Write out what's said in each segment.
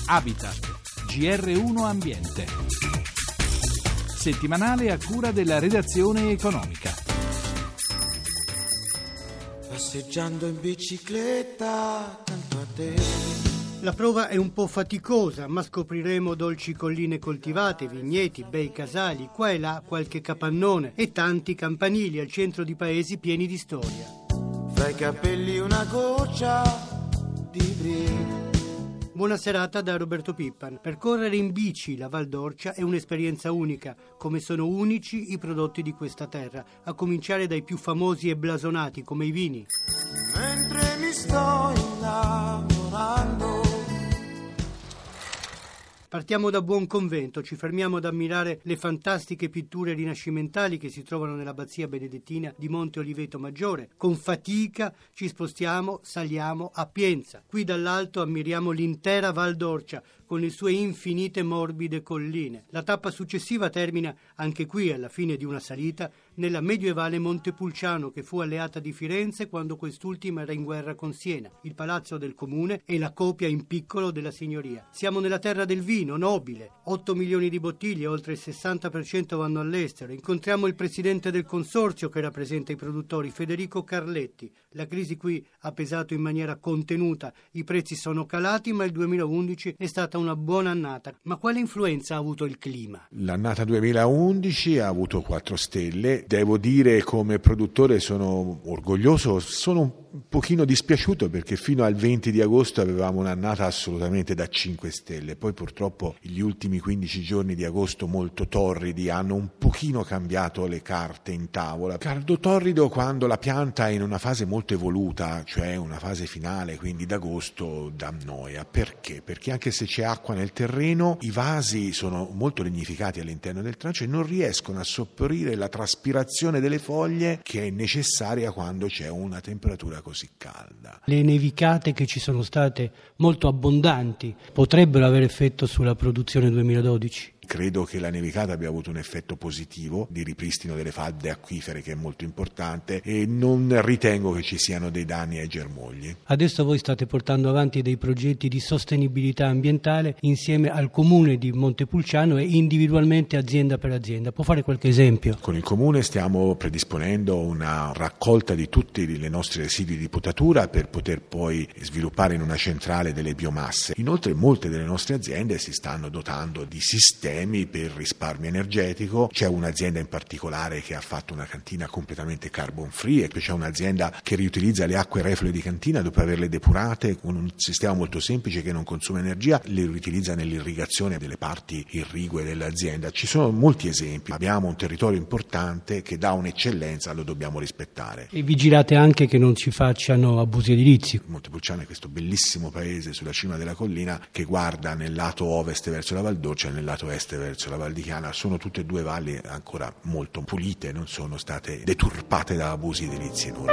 Habitat, GR1 Ambiente. Settimanale a cura della redazione economica. Passeggiando in bicicletta accanto a te. La prova è un po' faticosa, ma scopriremo dolci colline coltivate, vigneti, bei casali, qua e là qualche capannone e tanti campanili al centro di paesi pieni di storia. Fra i capelli una goccia di brio. Buona serata da Roberto Pippan. Percorrere in bici la Val d'Orcia è un'esperienza unica, come sono unici i prodotti di questa terra, a cominciare dai più famosi e blasonati come i vini. Mentre mi sto innamorando. Partiamo da Buonconvento, ci fermiamo ad ammirare le fantastiche pitture rinascimentali che si trovano nell'abbazia benedettina di Monte Oliveto Maggiore. Con fatica ci spostiamo, saliamo a Pienza. Qui dall'alto ammiriamo l'intera Val d'Orcia con le sue infinite morbide colline. La tappa successiva termina anche qui, alla fine di una salita, nella medievale Montepulciano, che fu alleata di Firenze quando quest'ultima era in guerra con Siena, il palazzo del comune e la copia in piccolo della signoria. Siamo nella terra del vino, nobile. 8 milioni di bottiglie, oltre il 60% vanno all'estero. Incontriamo il presidente del consorzio che rappresenta i produttori, Federico Carletti. La crisi qui ha pesato in maniera contenuta, i prezzi sono calati, ma il 2011 è stata una buona annata. Ma quale influenza ha avuto il clima? L'annata 2011 ha avuto 4 stelle. Devo dire, come produttore sono orgoglioso, sono un pochino dispiaciuto perché fino al 20 di agosto avevamo un'annata assolutamente da 5 stelle. Poi purtroppo gli ultimi 15 giorni di agosto molto torridi hanno un pochino cambiato le carte in tavola. Caldo torrido quando la pianta è in una fase molto evoluta, cioè una fase finale, quindi d'agosto dà noia. Perché? Perché anche se c'è acqua nel terreno, i vasi sono molto legnificati all'interno del trancio e non riescono a sopperire la traspirazione delle foglie che è necessaria quando c'è una temperatura così calda. Le nevicate che ci sono state molto abbondanti potrebbero avere effetto sulla produzione 2012? Credo che la nevicata abbia avuto un effetto positivo di ripristino delle falde acquifere, che è molto importante, e non ritengo che ci siano dei danni ai germogli. Adesso voi state portando avanti dei progetti di sostenibilità ambientale insieme al comune di Montepulciano e individualmente azienda per azienda. Può fare qualche esempio? Con il comune stiamo predisponendo una raccolta di tutti i nostri residui di potatura per poter poi sviluppare in una centrale delle biomasse. Inoltre molte delle nostre aziende si stanno dotando di sistemi per risparmio energetico. C'è un'azienda in particolare che ha fatto una cantina completamente carbon free, e c'è un'azienda che riutilizza le acque reflue di cantina dopo averle depurate con un sistema molto semplice che non consuma energia, le riutilizza nell'irrigazione delle parti irrigue dell'azienda. Ci sono molti esempi. Abbiamo un territorio importante che dà un'eccellenza, lo dobbiamo rispettare. E vigilate anche che non ci facciano abusi edilizi. Montepulciano è questo bellissimo paese sulla cima della collina che guarda nel lato ovest verso la Val d'Orcia e nel lato est verso la Val di Chiana. Sono tutte e due valli ancora molto pulite, non sono state deturpate da abusi edilizi enormi.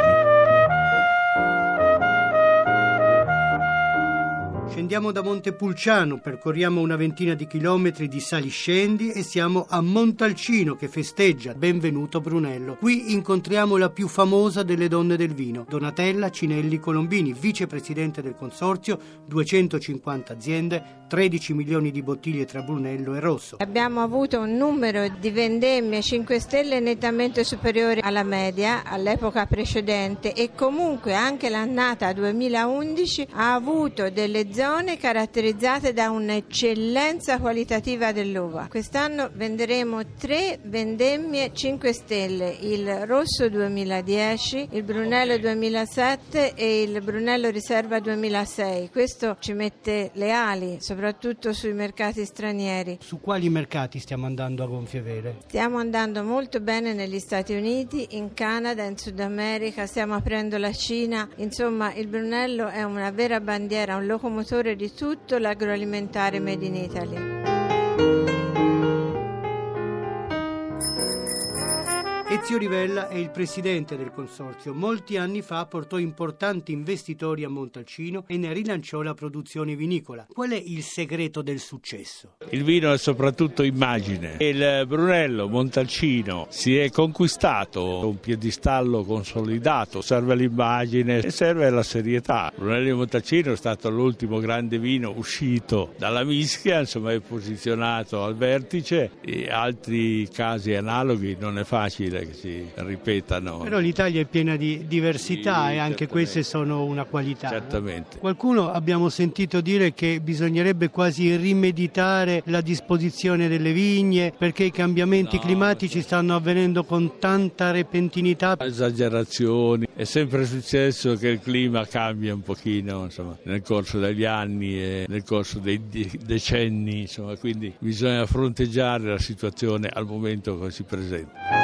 Scendiamo da Montepulciano, percorriamo una ventina di chilometri di saliscendi e siamo a Montalcino che festeggia Benvenuto Brunello. Qui incontriamo la più famosa delle donne del vino, Donatella Cinelli Colombini, vicepresidente del consorzio, 250 aziende, 13 milioni di bottiglie tra Brunello e Rosso. Abbiamo avuto un numero di vendemmie 5 stelle nettamente superiore alla media all'epoca precedente, e comunque anche l'annata 2011 ha avuto delle zone caratterizzate da un'eccellenza qualitativa dell'uva. Quest'anno venderemo 3 vendemmie 5 stelle, il Rosso 2010, il Brunello 2007 e il Brunello Riserva 2006. Questo ci mette le ali, soprattutto sui mercati stranieri. Su quali mercati stiamo andando a gonfie vele? Stiamo andando molto bene negli Stati Uniti, in Canada, in Sud America, stiamo aprendo la Cina. Insomma, il Brunello è una vera bandiera, un locomotore di tutto l'agroalimentare made in Italy. E Ezio Rivella è il presidente del consorzio. Molti anni fa portò importanti investitori a Montalcino e ne rilanciò la produzione vinicola. Qual è il segreto del successo? Il vino è soprattutto immagine. Il Brunello Montalcino si è conquistato un piedistallo consolidato, serve l'immagine e serve la serietà. Brunello Montalcino è stato l'ultimo grande vino uscito dalla mischia, insomma è posizionato al vertice, e altri casi analoghi non è facile che si ripetano. Però l'Italia è piena di diversità, sì, e anche queste sono una qualità. Certamente. Qualcuno abbiamo sentito dire che bisognerebbe quasi rimeditare la disposizione delle vigne perché i cambiamenti climatici stanno avvenendo con tanta repentinità. Esagerazioni. È sempre successo che il clima cambia un pochino, insomma, nel corso degli anni e nel corso dei decenni, insomma, quindi bisogna fronteggiare la situazione al momento che si presenta.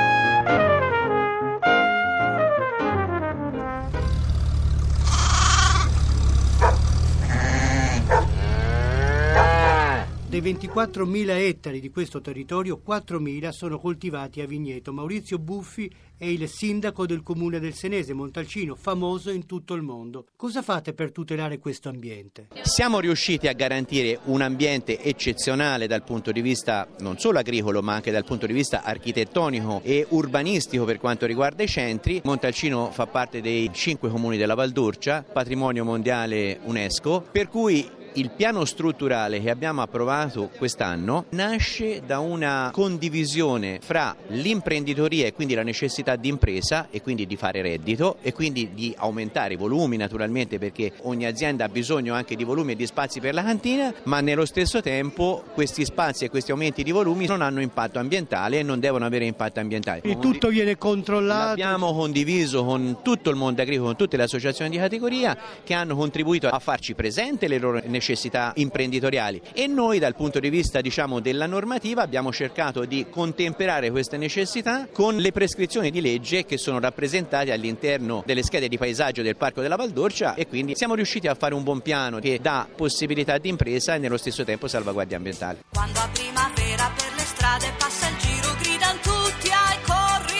Dei 24.000 ettari di questo territorio, 4.000 sono coltivati a vigneto. Maurizio Buffi è il sindaco del comune del Senese, Montalcino, famoso in tutto il mondo. Cosa fate per tutelare questo ambiente? Siamo riusciti a garantire un ambiente eccezionale dal punto di vista non solo agricolo, ma anche dal punto di vista architettonico e urbanistico per quanto riguarda i centri. Montalcino fa parte dei 5 comuni della Val d'Orcia, patrimonio mondiale UNESCO, per cui il piano strutturale che abbiamo approvato quest'anno nasce da una condivisione fra l'imprenditoria e quindi la necessità di impresa e quindi di fare reddito e quindi di aumentare i volumi naturalmente, perché ogni azienda ha bisogno anche di volumi e di spazi per la cantina, ma nello stesso tempo questi spazi e questi aumenti di volumi non hanno impatto ambientale e non devono avere impatto ambientale. E tutto viene controllato? L'abbiamo condiviso con tutto il mondo agricolo, con tutte le associazioni di categoria che hanno contribuito a farci presente le loro necessità imprenditoriali, e noi dal punto di vista della normativa abbiamo cercato di contemperare queste necessità con le prescrizioni di legge che sono rappresentate all'interno delle schede di paesaggio del Parco della Val d'Orcia, e quindi siamo riusciti a fare un buon piano che dà possibilità di impresa e nello stesso tempo salvaguardia ambientale. Quando a primavera per le strade passa il giro, gridano tutti ai corridoi.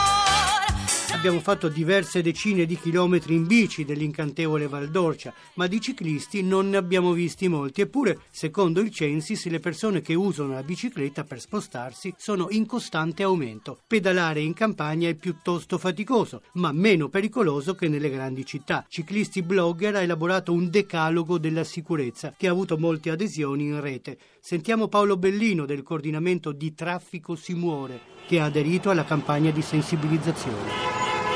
Abbiamo fatto diverse decine di chilometri in bici dell'incantevole Val d'Orcia, ma di ciclisti non ne abbiamo visti molti. Eppure, secondo il Censis, le persone che usano la bicicletta per spostarsi sono in costante aumento. Pedalare in campagna è piuttosto faticoso, ma meno pericoloso che nelle grandi città. Ciclisti Blogger ha elaborato un decalogo della sicurezza che ha avuto molte adesioni in rete. Sentiamo Paolo Bellino del coordinamento Di Traffico si muore, che ha aderito alla campagna di sensibilizzazione.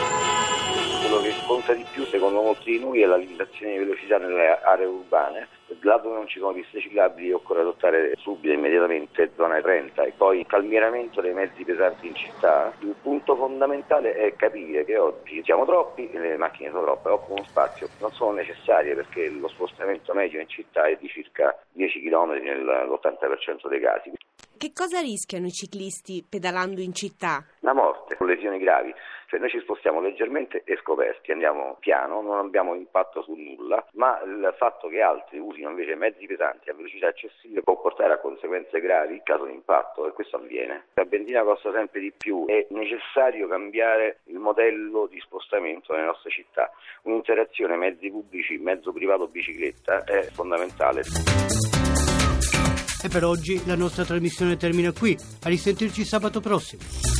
Quello che conta di più secondo molti di noi è la limitazione di velocità nelle aree urbane. Là dove non ci sono piste ciclabili occorre adottare subito, immediatamente, zona 30, e poi il calmieramento dei mezzi pesanti in città. Il punto fondamentale è capire che oggi siamo troppi e le macchine sono troppe, occupano spazio, non sono necessarie perché lo spostamento medio in città è di circa 10 km nell'80% dei casi. Che cosa rischiano i ciclisti pedalando in città? La morte, con lesioni gravi. Cioè noi ci spostiamo leggermente e scoperti, andiamo piano, non abbiamo impatto su nulla, ma il fatto che altri usino invece mezzi pesanti a velocità eccessive può portare a conseguenze gravi in caso di impatto, e questo avviene. La benzina costa sempre di più, è necessario cambiare il modello di spostamento nelle nostre città. Un'interazione mezzi pubblici, mezzo privato, bicicletta è fondamentale. E per oggi la nostra trasmissione termina qui. A risentirci sabato prossimo.